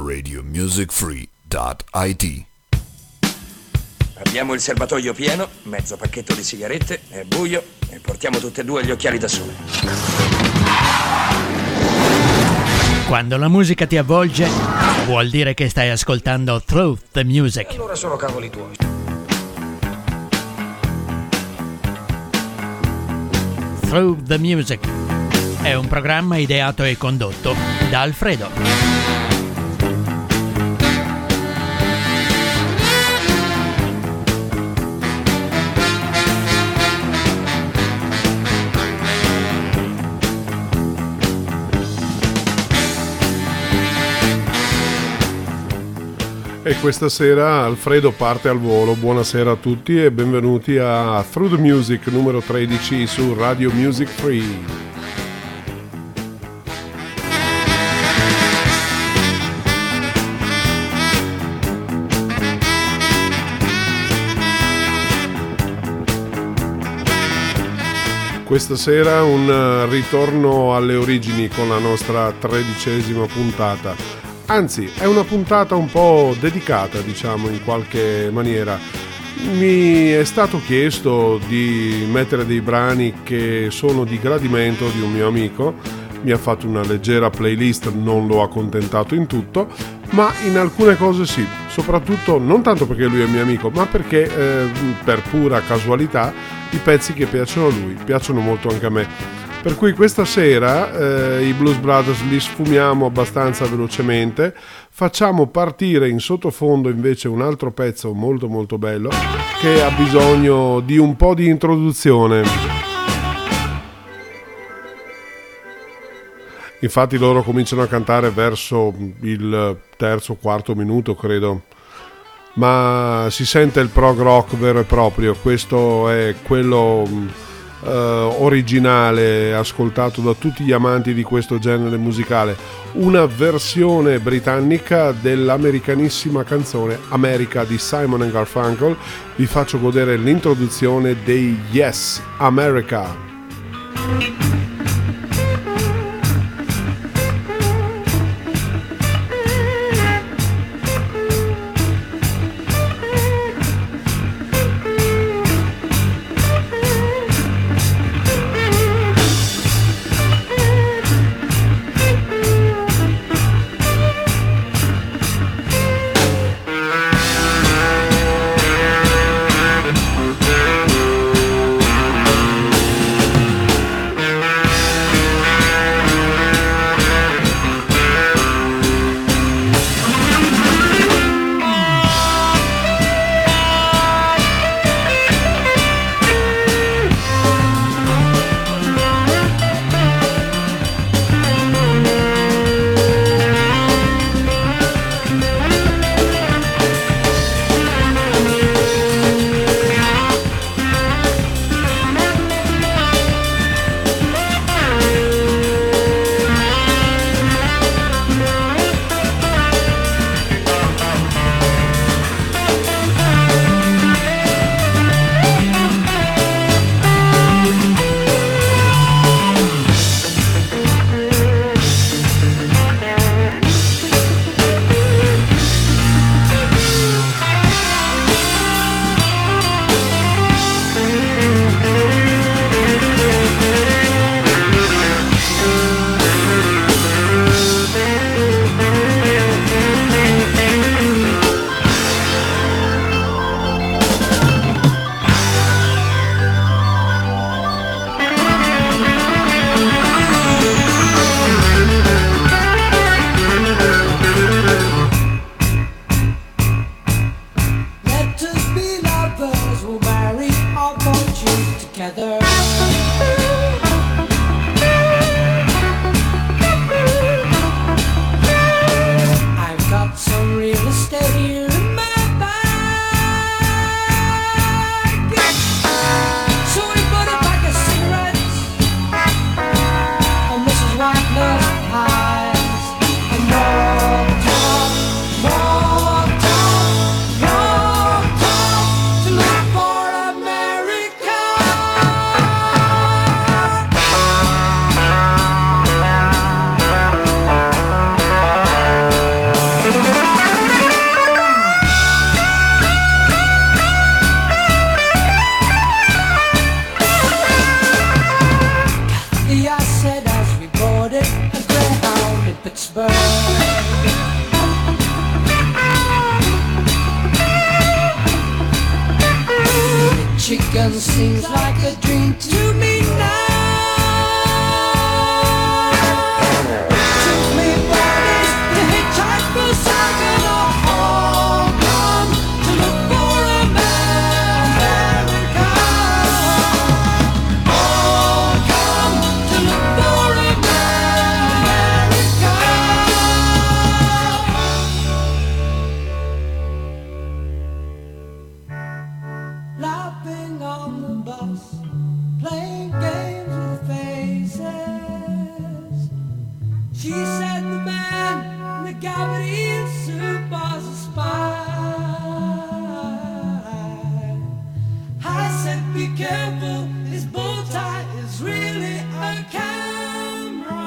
radiomusicfree.it. Abbiamo il serbatoio pieno, mezzo pacchetto di sigarette, è buio e portiamo tutte e due gli occhiali da sole. Quando la musica ti avvolge, vuol dire che stai ascoltando Through the Music. Allora sono cavoli tuoi. Through the Music è un programma ideato e condotto da Alfredo. E questa sera Alfredo parte al volo. Buonasera a tutti e benvenuti a Through the Music numero 13 su Radio Music Free. Questa sera un ritorno alle origini con la nostra 13ª puntata. Anzi, è una puntata un po' dedicata, diciamo, in qualche maniera. Mi è stato chiesto di mettere dei brani che sono di gradimento di un mio amico. Mi ha fatto una leggera playlist, non l'ho accontentato in tutto, ma in alcune cose sì. Soprattutto non tanto perché lui è mio amico, ma perché per pura casualità i pezzi che piacciono a lui piacciono molto anche a me. Per cui questa sera i Blues Brothers li sfumiamo abbastanza velocemente, facciamo partire in sottofondo invece un altro pezzo molto molto bello che ha bisogno di un po' di introduzione. Infatti loro cominciano a cantare verso il terzo o quarto minuto, credo, ma si sente il prog rock vero e proprio. Questo è quello originale, ascoltato da tutti gli amanti di questo genere musicale, una versione britannica dell'americanissima canzone America di Simon & Garfunkel. Vi faccio godere l'introduzione dei Yes America. Lincoln seems like a dream to me now. Took me buddies, the hitchhiker saga, all come to look for America. All come to look for America. Laughing on the bus, playing games with faces. She said the man in the gabardine suit was a spy. I said be careful, his bow tie is really a camera.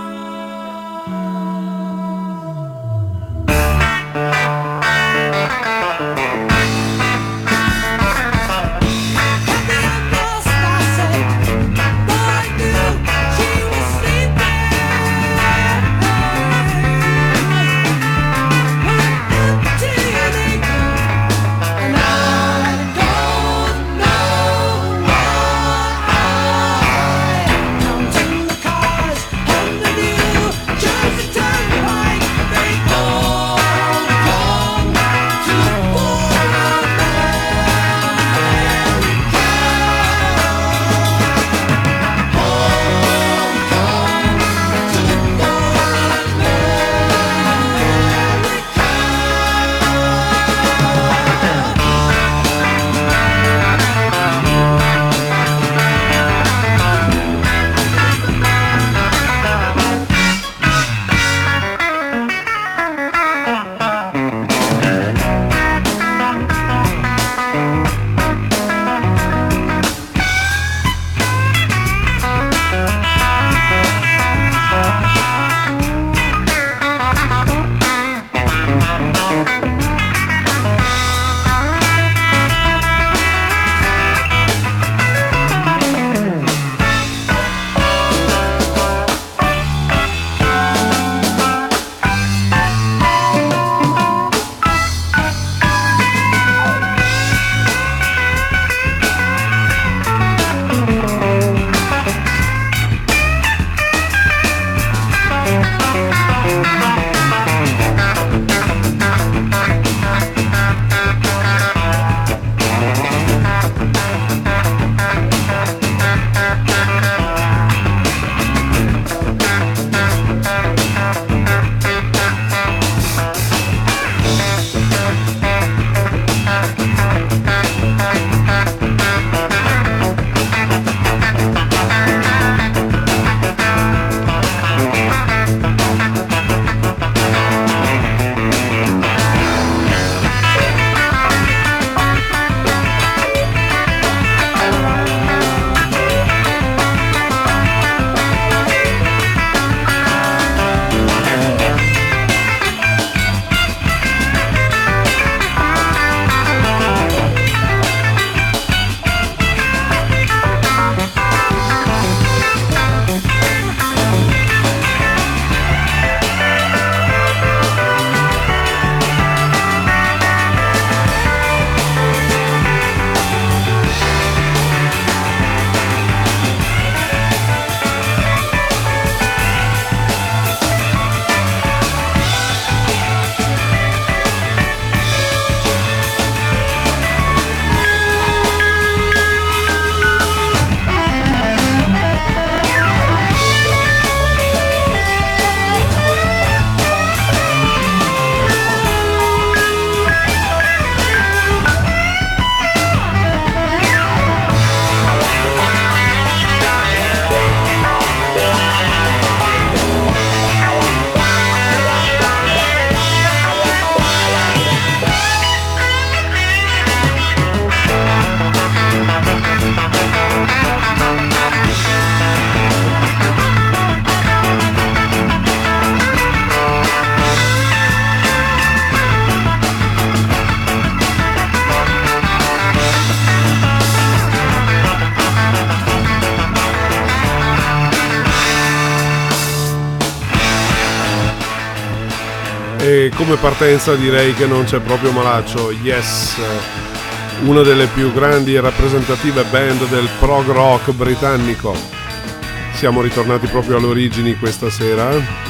E come partenza direi che non c'è proprio malaccio. Yes, una delle più grandi e rappresentative band del prog rock britannico. Siamo ritornati proprio alle origini questa sera.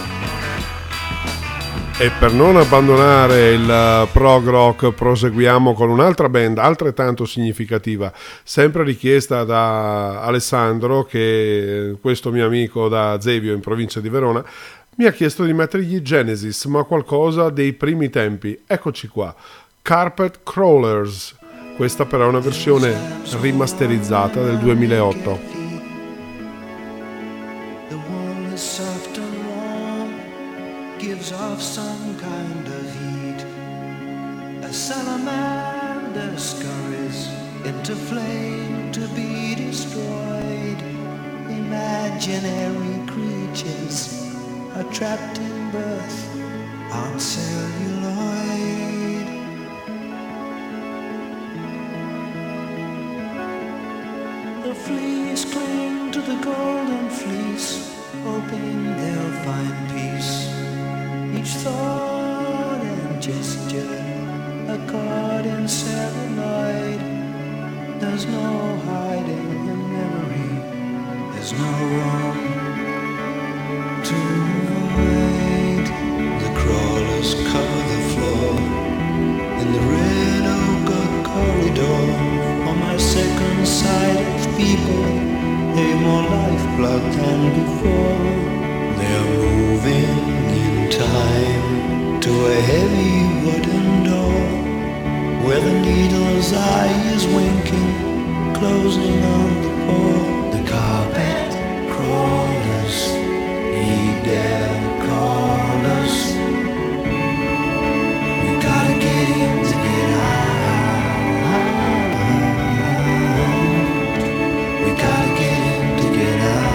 E per non abbandonare il prog rock proseguiamo con un'altra band altrettanto significativa, sempre richiesta da Alessandro, che questo mio amico da Zevio in provincia di Verona mi ha chiesto di mettergli Genesis, ma qualcosa dei primi tempi. Eccoci qua, Carpet Crawlers. Questa però è una versione rimasterizzata del 2008. Gives off some kind of heat. A salamander scurries into flame to be destroyed. Imaginary creatures are trapped in birth on celluloid. The fleas cling to the golden fleece, hoping they'll find peace. Each thought and gesture, a chord in celluloid. There's no hiding the memory, there's no wrong to avoid. The crawlers cover the floor in the red oak corridor. On my second sight of people, they've more lifeblood than before. They're moving time to a heavy wooden door where the needle's eye is winking, closing on the pore. The carpet crawlers, he dare call us. We gotta get in to get out. We gotta get in to get out.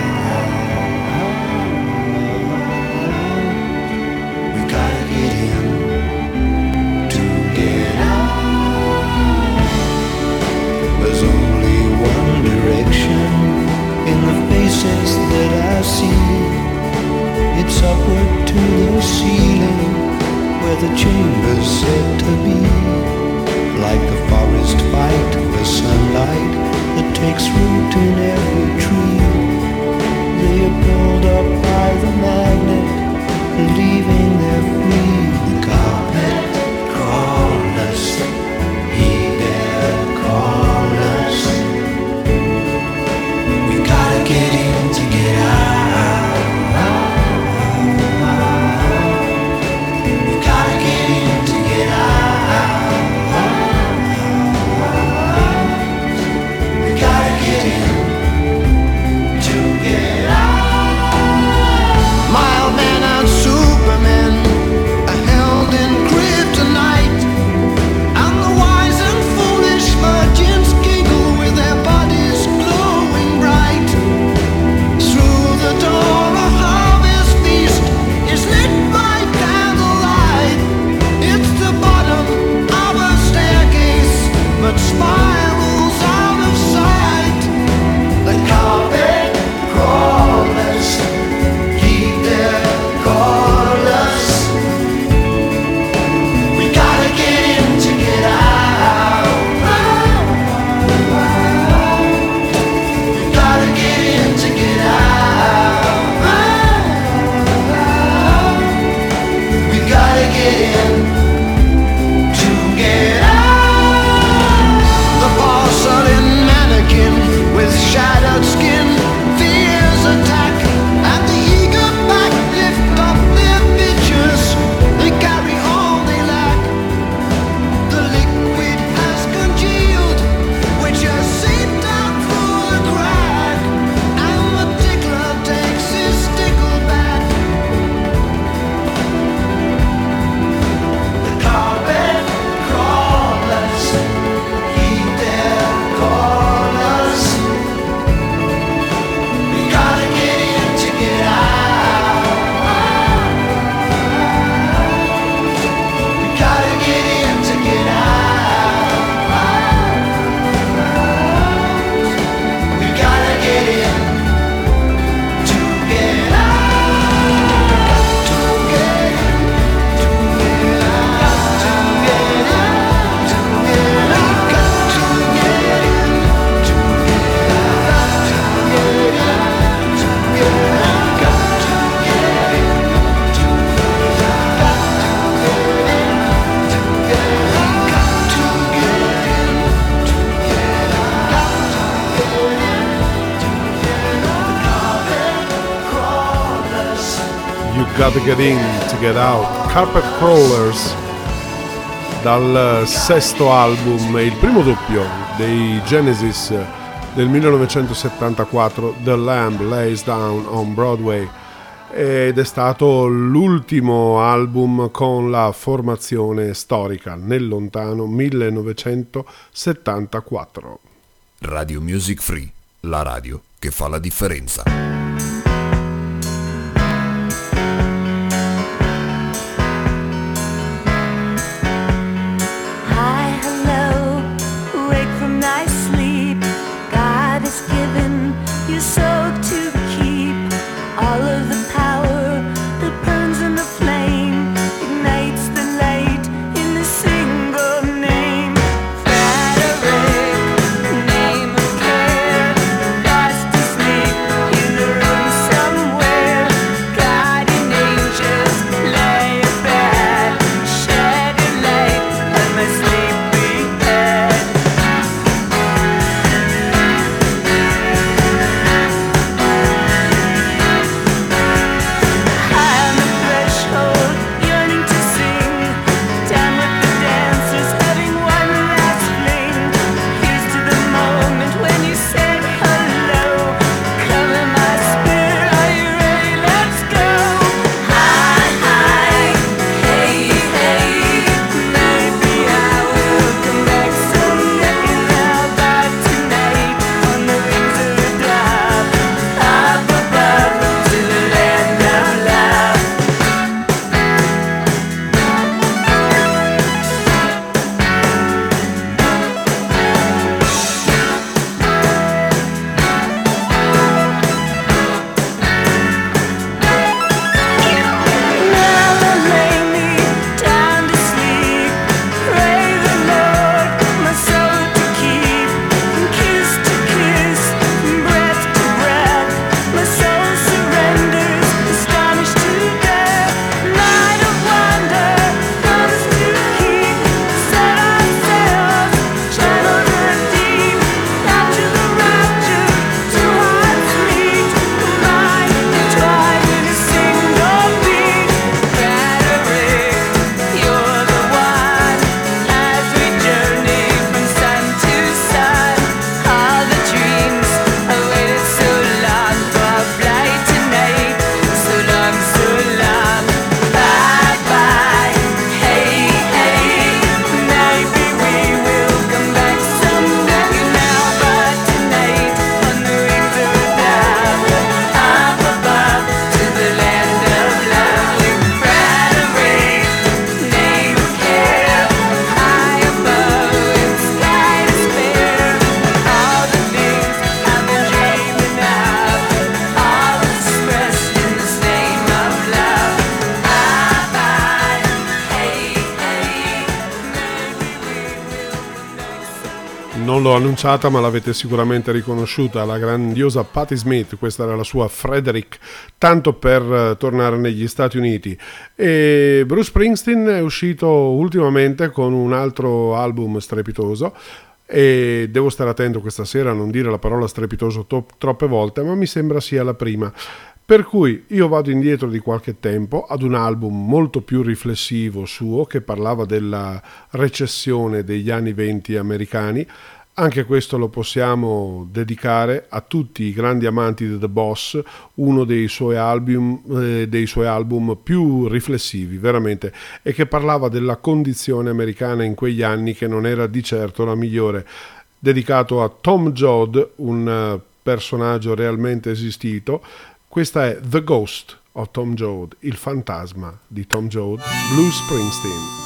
That I see, it's upward to the ceiling where the chamber's said to be. Like the forest fight for sunlight that takes root in every tree. They are pulled up by the magnet, leaving their free. The carpet crawlers, he dare call us. We gotta get in. Mild man and Superman are held in Gotta Get In to Get Out, Carpet Crawlers, dal sesto album e il primo doppio dei Genesis del 1974, The Lamb Lays Down on Broadway, ed è stato l'ultimo album con la formazione storica nel lontano 1974. Radio Music Free, la radio che fa la differenza. Non l'ho annunciata, ma l'avete sicuramente riconosciuta, la grandiosa Patti Smith. Questa era la sua Frederick, tanto per tornare negli Stati Uniti. E Bruce Springsteen è uscito ultimamente con un altro album strepitoso, e devo stare attento questa sera a non dire la parola strepitoso troppe volte, ma mi sembra sia la prima. Per cui io vado indietro di qualche tempo ad un album molto più riflessivo suo, che parlava della recessione degli anni 20 americani. Anche questo lo possiamo dedicare a tutti i grandi amanti di The Boss, uno dei suoi album più riflessivi veramente, e che parlava della condizione americana in quegli anni, che non era di certo la migliore. Dedicato a Tom Joad, un personaggio realmente esistito. Questa è The Ghost of Tom Joad, il fantasma di Tom Joad, Bruce Springsteen.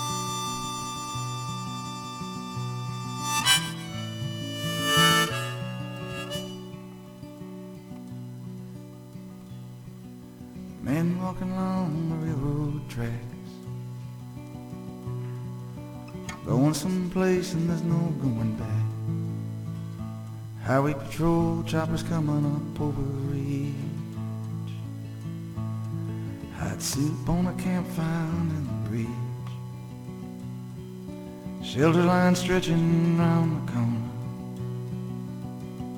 Men walking along the railroad tracks, going someplace and there's no going back. Highway patrol choppers coming up over ridge. Hot soup on a campfire in the bridge. Shelter line stretching round the corner.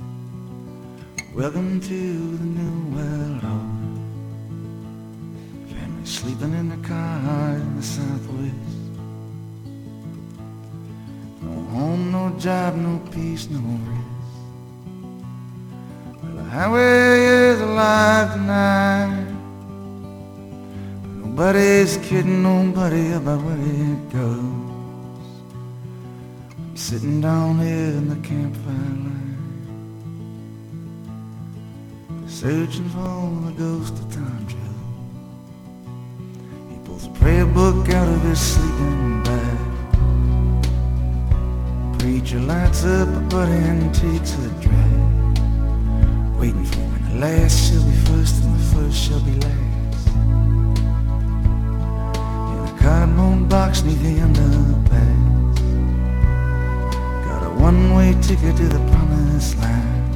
Welcome to the new world order. sleeping in the car in the Southwest. No home, no job, no peace, no rest. Well, the highway is alive tonight. Nobody's kidding nobody about where it goes. I'm sitting down here in the campfire light, searching for the ghost of Tom Joe. He pulls a prayer book out of his sleeping bag. Preacher lights up a butt and takes a drag, waiting for when the last shall be first and the first shall be last. Cardboard box neath the underpass, got a one-way ticket to the promised land.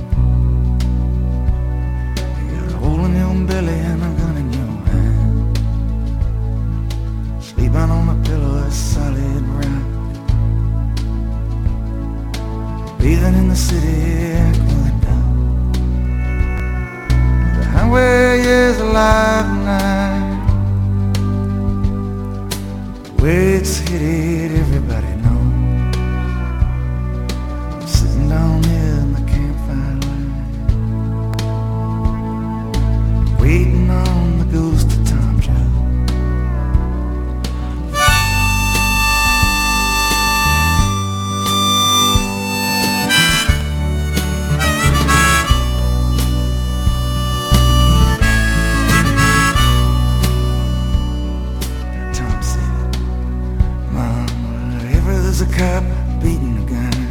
You got a hole in your belly and a gun in your hand, sleeping on a pillow of solid rock, bathing in the city aqueduct. The highway is alive tonight. Where it's headed, everybody knows. I'm sitting down here in the campfire light, waiting on the ghost of Tom Joe. A cop beating a gun,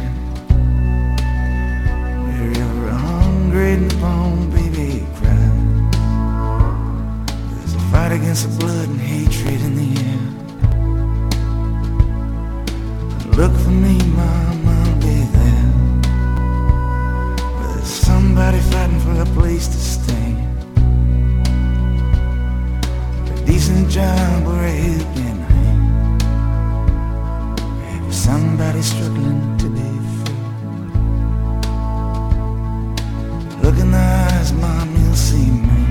wherever a hungry newborn baby cries, there's a fight against the blood and hatred in the air. Look for me, Mama, I'll be there. There's somebody fighting for a place to stay, a decent job or a helping hand. Somebody struggling to be free. Look in the eyes, Mom, you'll see me.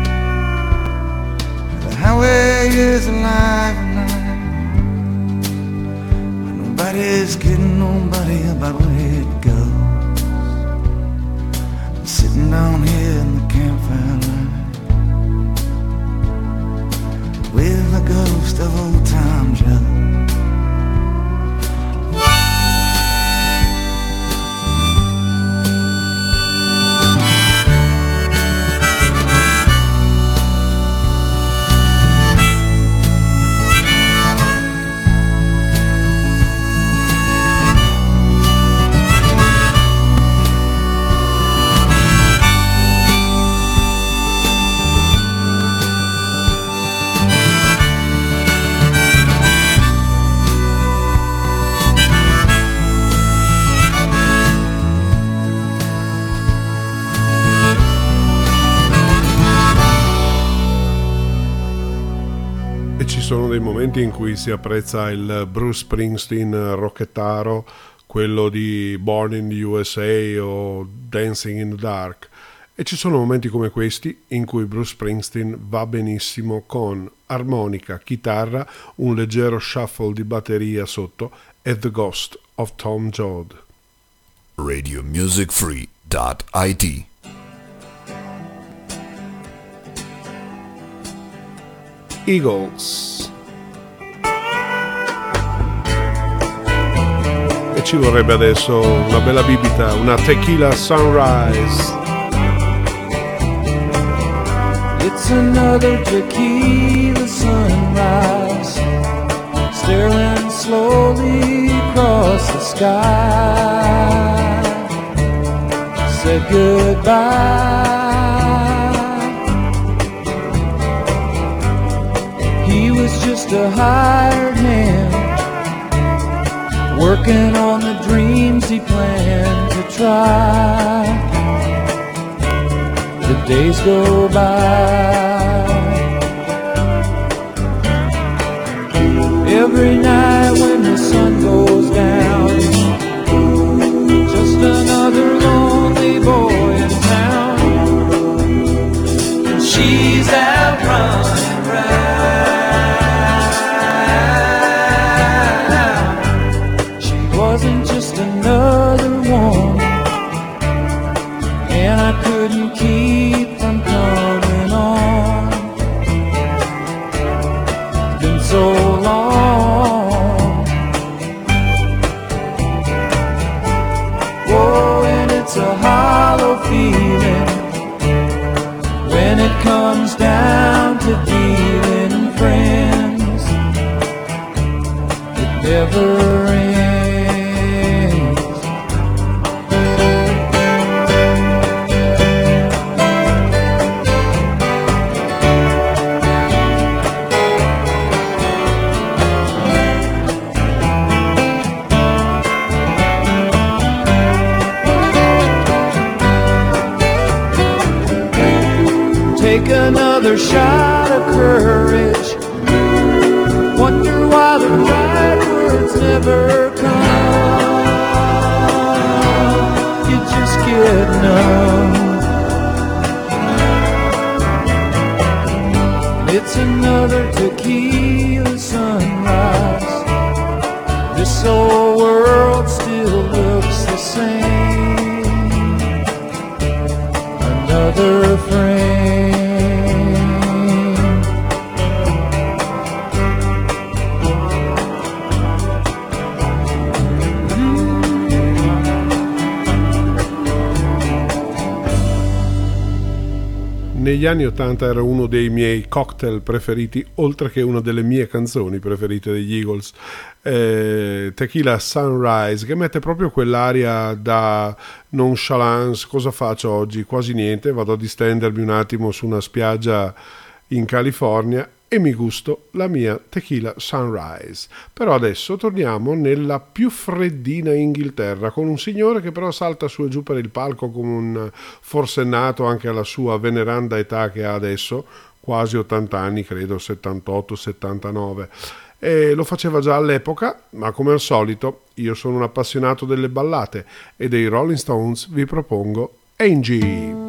The highway is alive tonight, but nobody's kidding nobody about where it goes. I'm sitting down here in the campfire light, with the ghost of old Tom Joe. Sono dei momenti in cui si apprezza il Bruce Springsteen rockettaro, quello di Born in the USA o Dancing in the Dark, e ci sono momenti come questi in cui Bruce Springsteen va benissimo con armonica, chitarra, un leggero shuffle di batteria sotto e The Ghost of Tom Joad. RadioMusicFree.it. Eagles. E ci vorrebbe adesso una bella bibita, una tequila sunrise. It's another tequila sunrise, staring slowly across the sky. Said goodbye. He was just a hired hand, working on the dreams he planned to try. The days go by. Every night when the sun goes down, just another lonely boy in town, and she's out running around. never ends. Take another shot of courage. Wonder why the right words never come. You just get numb. It's another tequila sunrise. This old world still looks the same. Another frame. Negli anni '80 era uno dei miei cocktail preferiti, oltre che una delle mie canzoni preferite degli Eagles, Tequila Sunrise, che mette proprio quell'aria da nonchalance. Cosa faccio oggi? Quasi niente, vado a distendermi un attimo su una spiaggia in California e mi gusto la mia Tequila Sunrise. Però adesso torniamo nella più freddina Inghilterra, con un signore che però salta su e giù per il palco come un forsennato anche alla sua veneranda età che ha adesso, quasi 80 anni, credo 78-79. E lo faceva già all'epoca, ma come al solito io sono un appassionato delle ballate e dei Rolling Stones vi propongo Angie.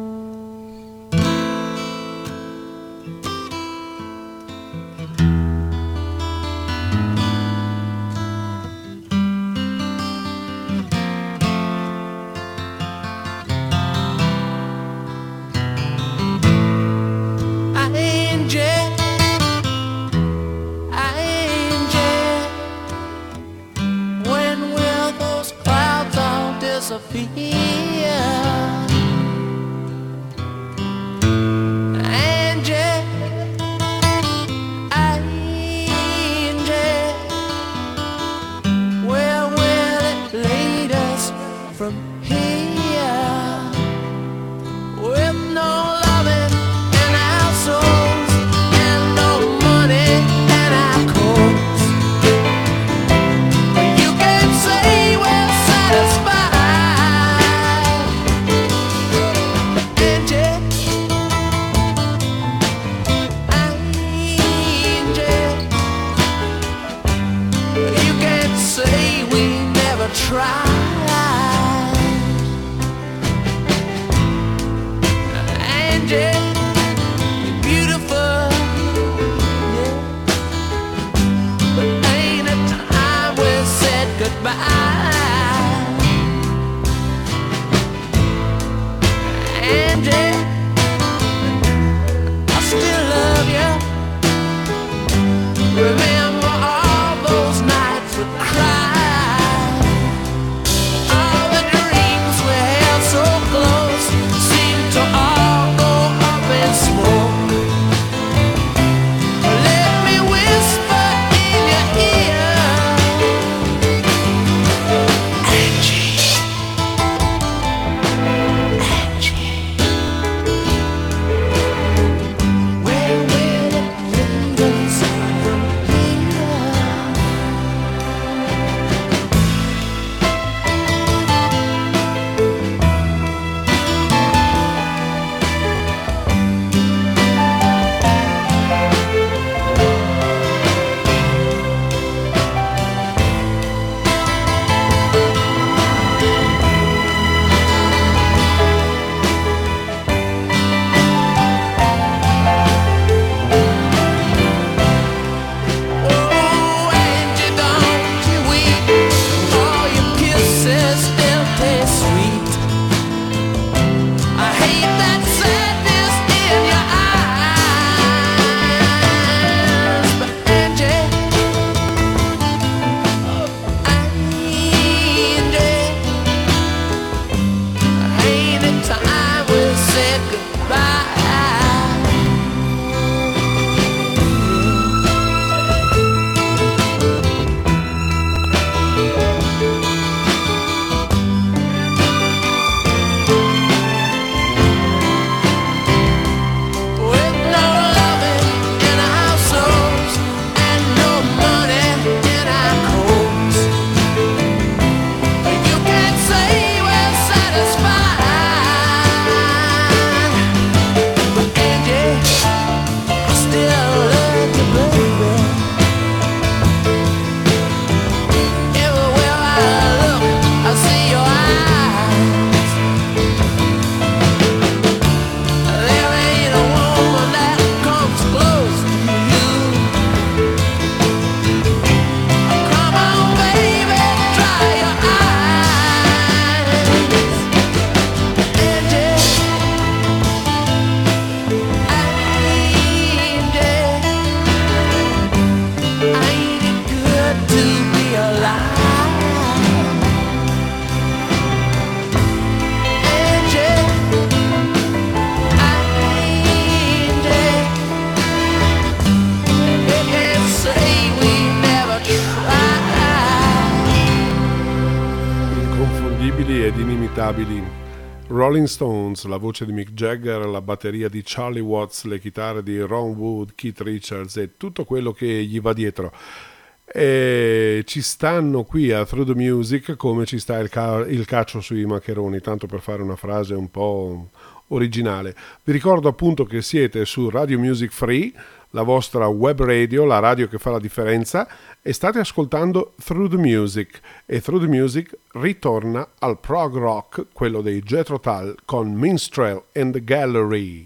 imperdibili ed inimitabili. Rolling Stones, la voce di Mick Jagger, la batteria di Charlie Watts, le chitarre di Ron Wood, Keith Richards e tutto quello che gli va dietro. E ci stanno qui a Through the Music come ci sta il caccio sui maccheroni, tanto per fare una frase un po' originale. Vi ricordo appunto che siete su Radio Music Free, la vostra web radio, la radio che fa la differenza, e state ascoltando Through the Music, e Through the Music ritorna al prog rock, quello dei Jethro Tull con Minstrel and the Gallery.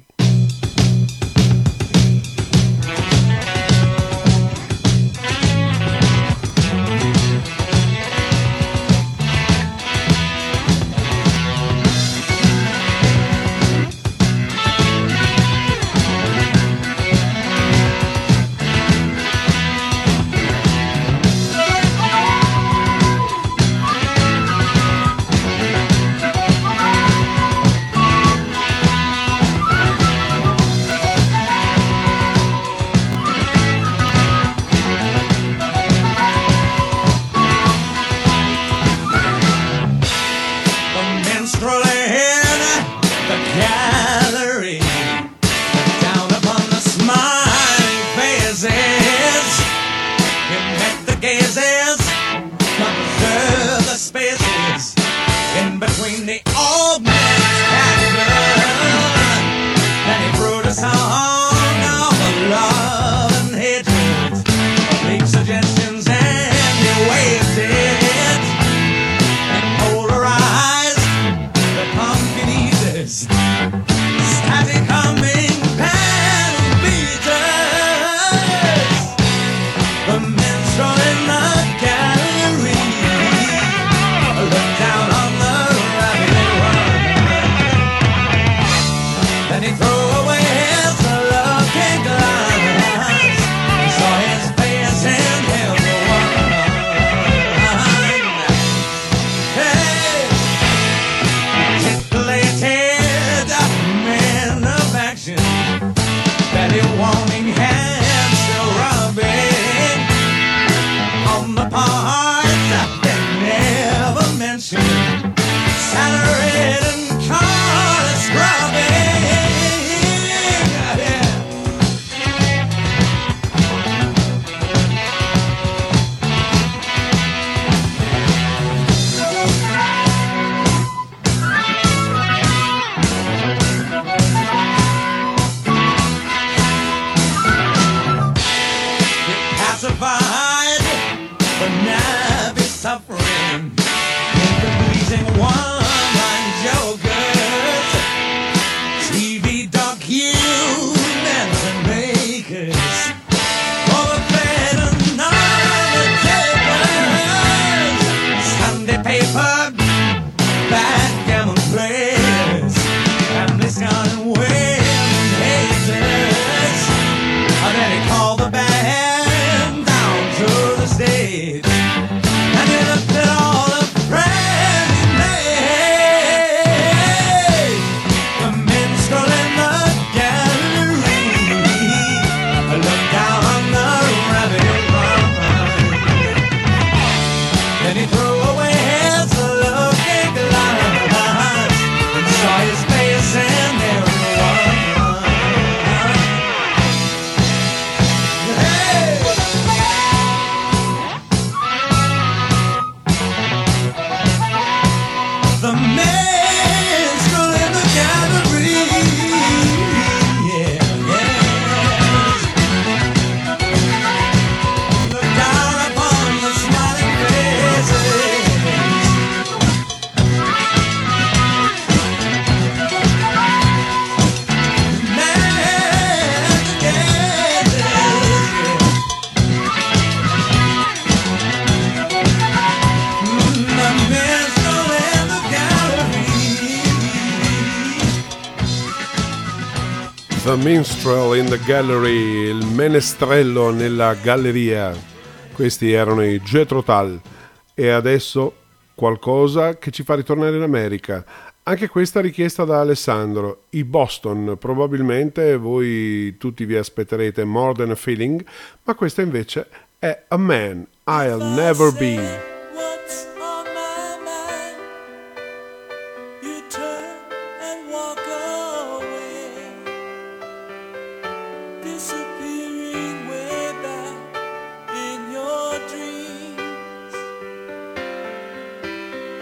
The Minstrel in the Gallery, il menestrello nella galleria. Questi erano i Jethro Tull. E adesso qualcosa che ci fa ritornare in America. Anche questa richiesta da Alessandro. I Boston, probabilmente voi tutti vi aspetterete More Than a Feeling, ma questa invece è A Man I'll Never Be. What's on my mind?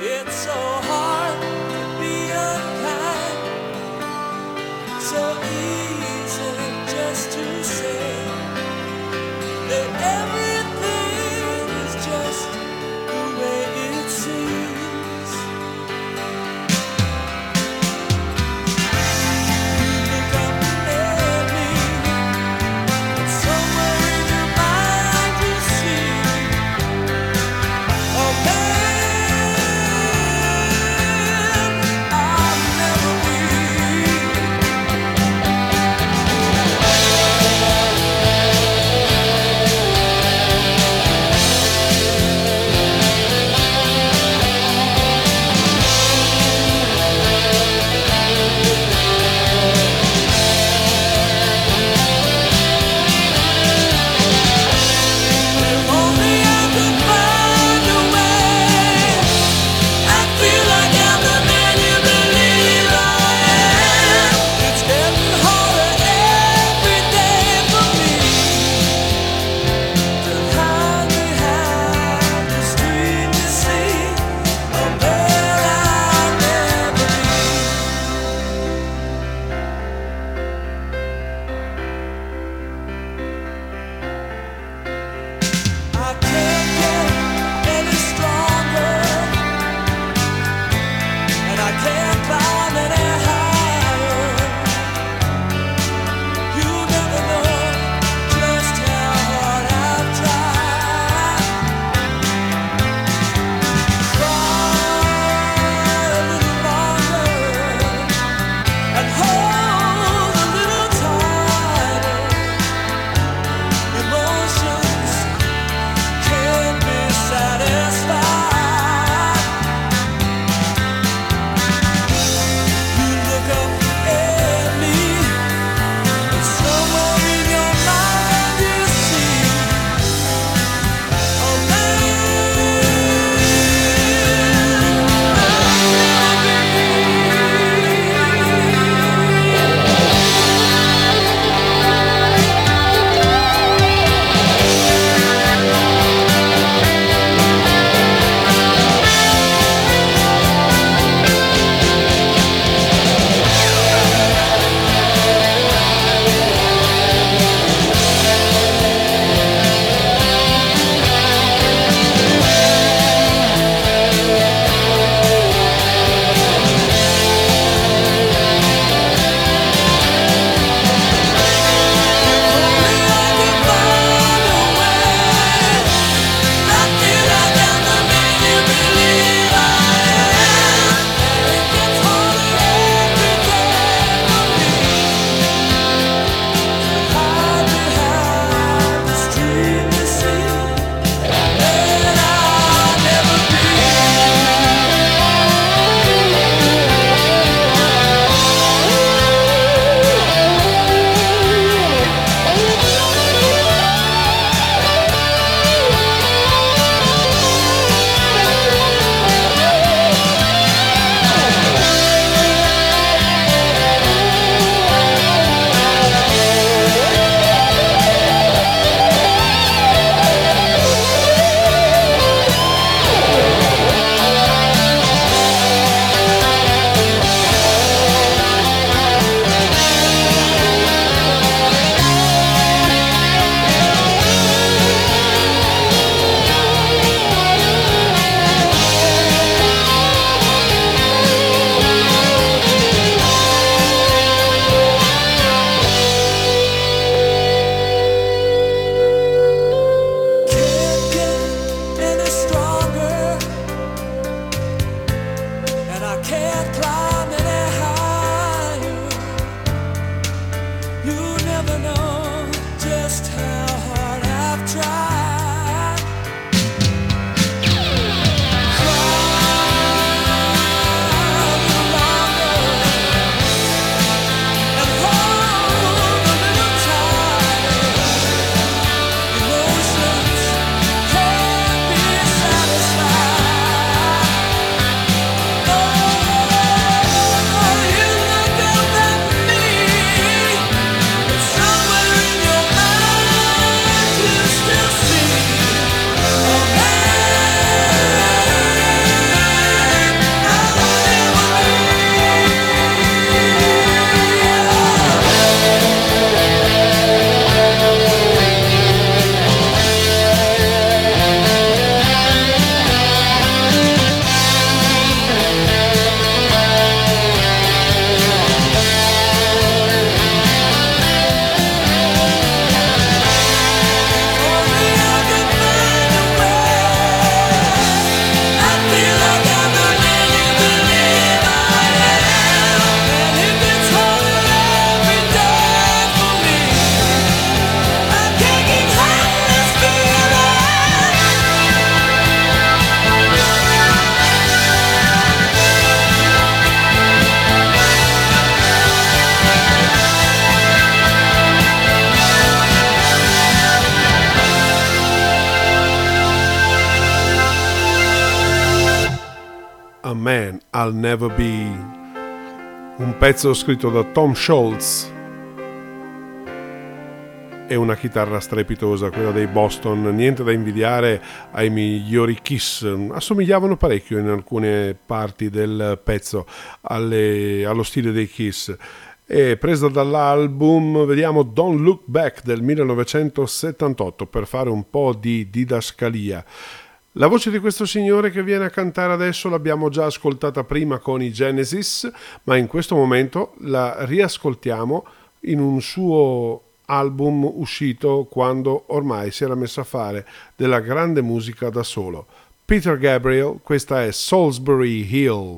It's so hard to be unkind, so easy just to say that everything is just the way it seems. You look up at me, and somewhere in your mind you see a man A Man I'll Never Be, un pezzo scritto da Tom Scholz e una chitarra strepitosa, quella dei Boston, niente da invidiare ai migliori Kiss. Assomigliavano parecchio in alcune parti del pezzo allo stile dei Kiss. E presa dall'album, vediamo Don't Look Back del 1978, per fare un po' di didascalia. La voce di questo signore che viene a cantare adesso l'abbiamo già ascoltata prima con i Genesis, ma in questo momento la riascoltiamo in un suo album uscito quando ormai si era messo a fare della grande musica da solo. Peter Gabriel, questa è Salisbury Hill.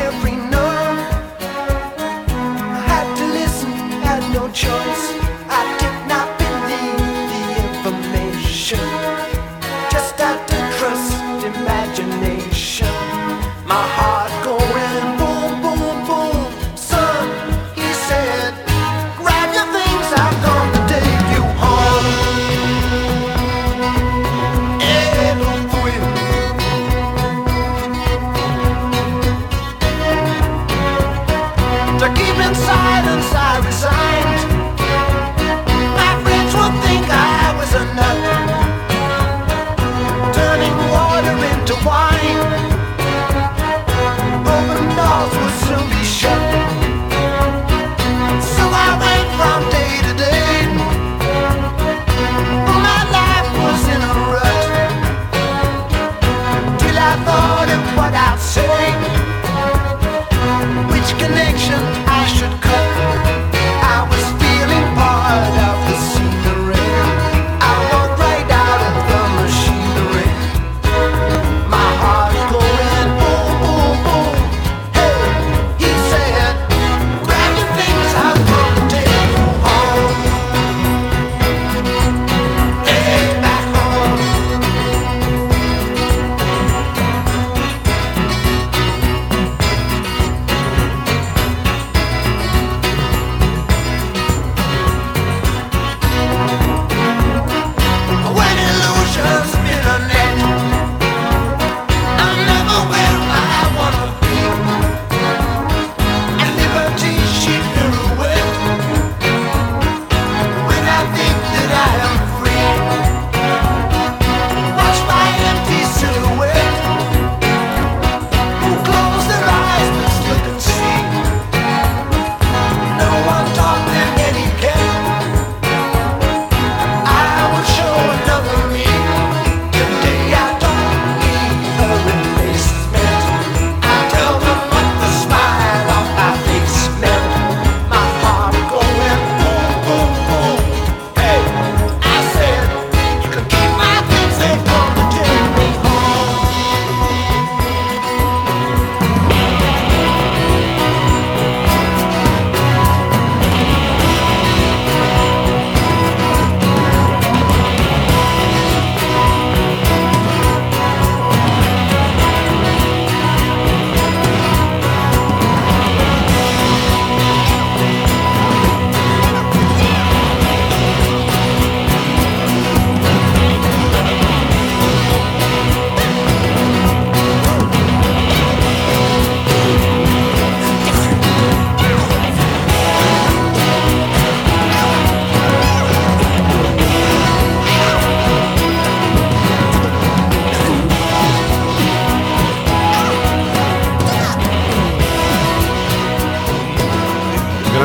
Choice, I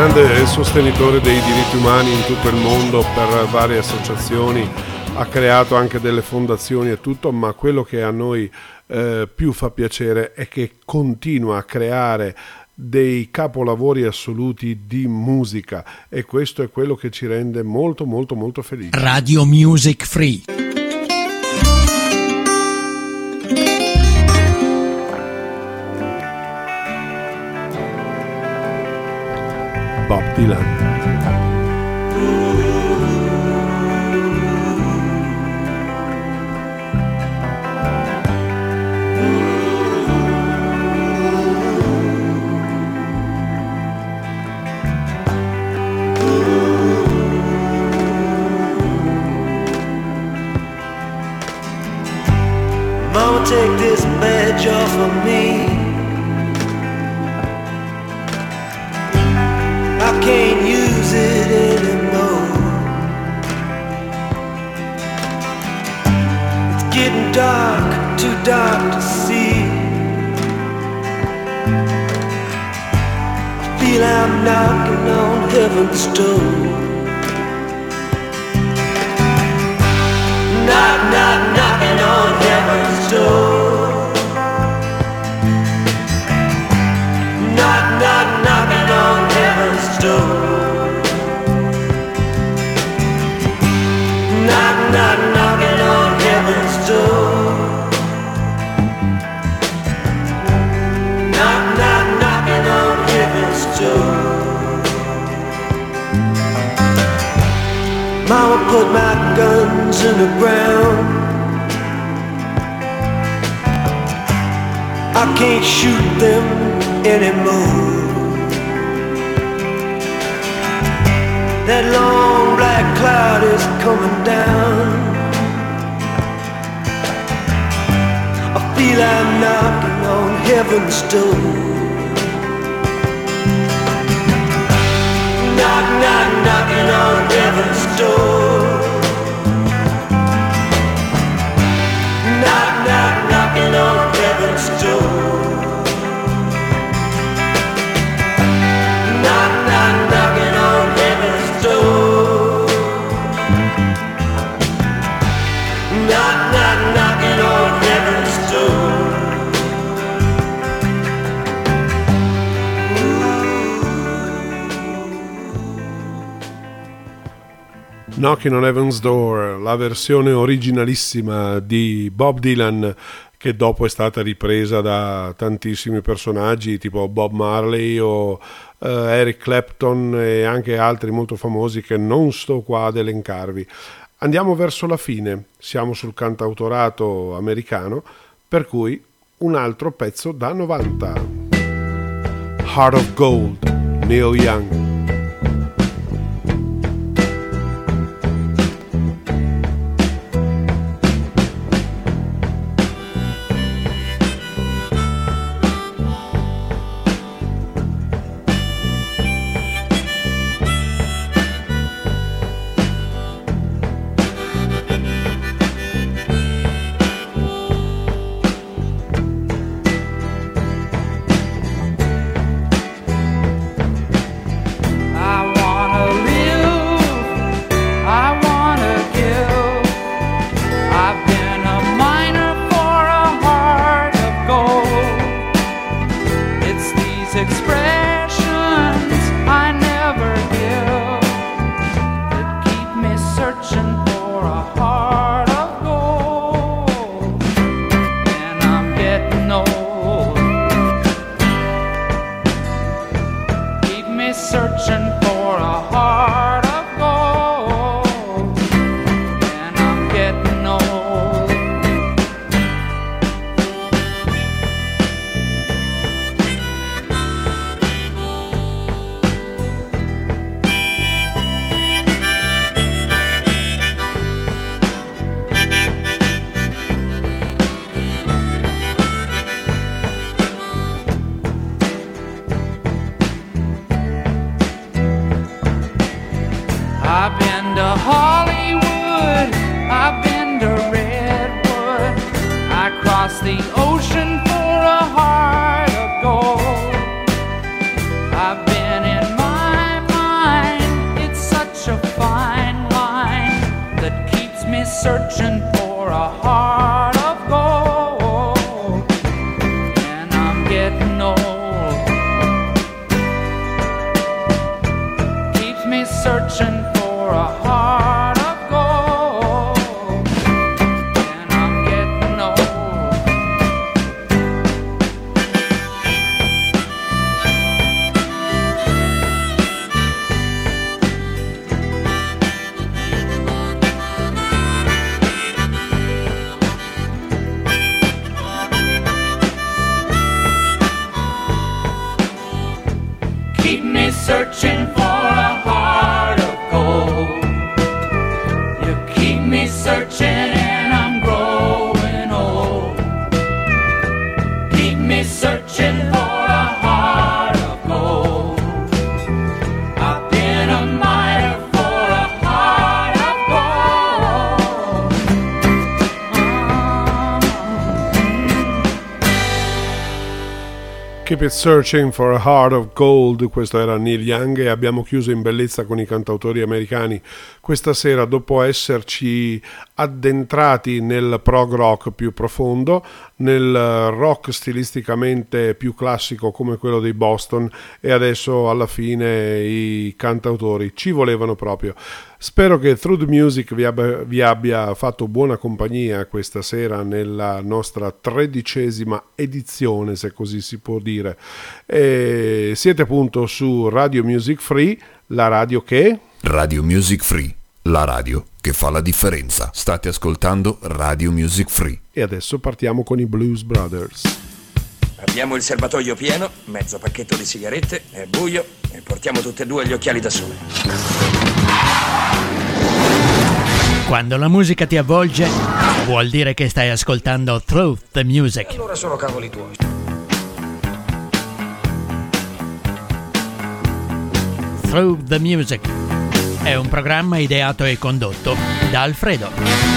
grande sostenitore dei diritti umani in tutto il mondo per varie associazioni, ha creato anche delle fondazioni e tutto, ma quello che a noi più fa piacere è che continua a creare dei capolavori assoluti di musica, e questo è quello che ci rende molto molto molto felici. Radio Music Free. Bob Dylan. Mama, take this badge off of me. I can't use it anymore. It's getting dark, too dark to see. I feel I'm knocking on heaven's door. Knock, knock, knocking on heaven's door. Knock, knock, knocking on heaven's door. Knock, knock, knocking on heaven's door. Knock, knock, knocking on heaven's door. Mama put my guns in the ground. I can't shoot them anymore. That long black cloud is coming down. I feel I'm knocking on heaven's door. Knock, knock, knocking on heaven's door. Knock, knock, knocking on heaven's door. Knock, knock, knocking on heaven's door. Knock, knock, knocking on heaven's door. Knocking on Heaven's Door, la versione originalissima di Bob Dylan, che dopo è stata ripresa da tantissimi personaggi tipo Bob Marley o Eric Clapton e anche altri molto famosi che non sto qua ad elencarvi. Andiamo verso la fine, siamo sul cantautorato americano, per cui un altro pezzo da 90. Heart of Gold, Neil Young. I've been to Hollywood, I've been to Redwood, I crossed the ocean for a heart of gold. I've been in my searching for a heart of gold, and I'm getting old. Keeps me searching for a heart of gold, and I'm getting old. Keep me searching for a heart of gold. You keep me searching and I'm growing old. Keep me searching for a heart of gold. I've been a miner for a heart of gold. Keep it searching for a heart of gold, questo era Neil Young, e abbiamo chiuso in bellezza con i cantautori americani questa sera, dopo esserci addentrati nel prog rock più profondo, nel rock stilisticamente più classico come quello dei Boston, e adesso alla fine i cantautori ci volevano proprio. Spero che Through the Music vi abbia fatto buona compagnia questa sera nella nostra 13ª edizione, se così si può dire. E siete appunto su Radio Music Free, la radio che... Radio Music Free, la radio che fa la differenza. State ascoltando Radio Music Free. E adesso partiamo con i Blues Brothers. Abbiamo il serbatoio pieno, mezzo pacchetto di sigarette, è buio e portiamo tutte e due gli occhiali da sole. Quando la musica ti avvolge, vuol dire che stai ascoltando Through the Music. Allora sono cavoli tuoi. Through the Music è un programma ideato e condotto da Alfredo.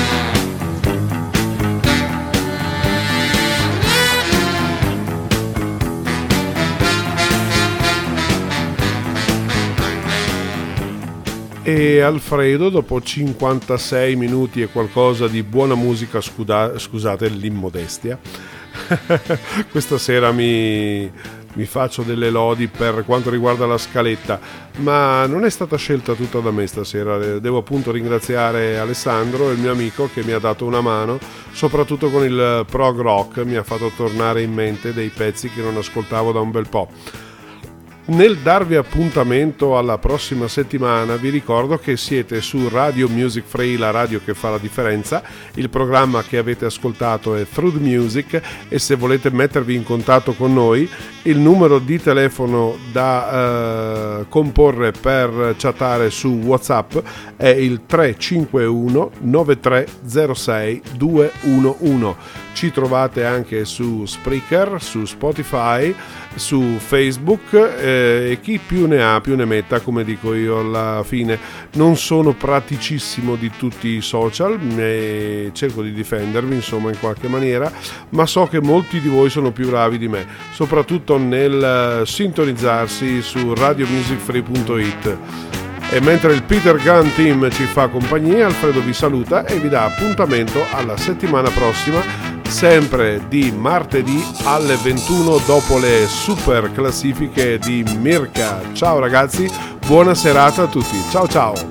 E Alfredo, dopo 56 minuti e qualcosa di buona musica, scusate l'immodestia, questa sera mi faccio delle lodi per quanto riguarda la scaletta, ma non è stata scelta tutta da me stasera. Devo appunto ringraziare Alessandro, il mio amico, che mi ha dato una mano, soprattutto con il prog rock, mi ha fatto tornare in mente dei pezzi che non ascoltavo da un bel po'. Nel darvi appuntamento alla prossima settimana vi ricordo che siete su Radio Music Free, la radio che fa la differenza. Il programma che avete ascoltato è Through the Music, e se volete mettervi in contatto con noi il numero di telefono da comporre per chattare su WhatsApp è il 351 9306 211. Ci trovate anche su Spreaker, su Spotify, su Facebook, e chi più ne ha più ne metta, come dico io alla fine. Non sono praticissimo di tutti i social, cerco di difendermi insomma in qualche maniera, ma so che molti di voi sono più bravi di me, soprattutto nel sintonizzarsi su radiomusicfree.it. E mentre il Peter Gunn Team ci fa compagnia, Alfredo vi saluta e vi dà appuntamento alla settimana prossima, sempre di martedì alle 21 dopo le super classifiche di Mirka. Ciao ragazzi, buona serata a tutti, ciao ciao!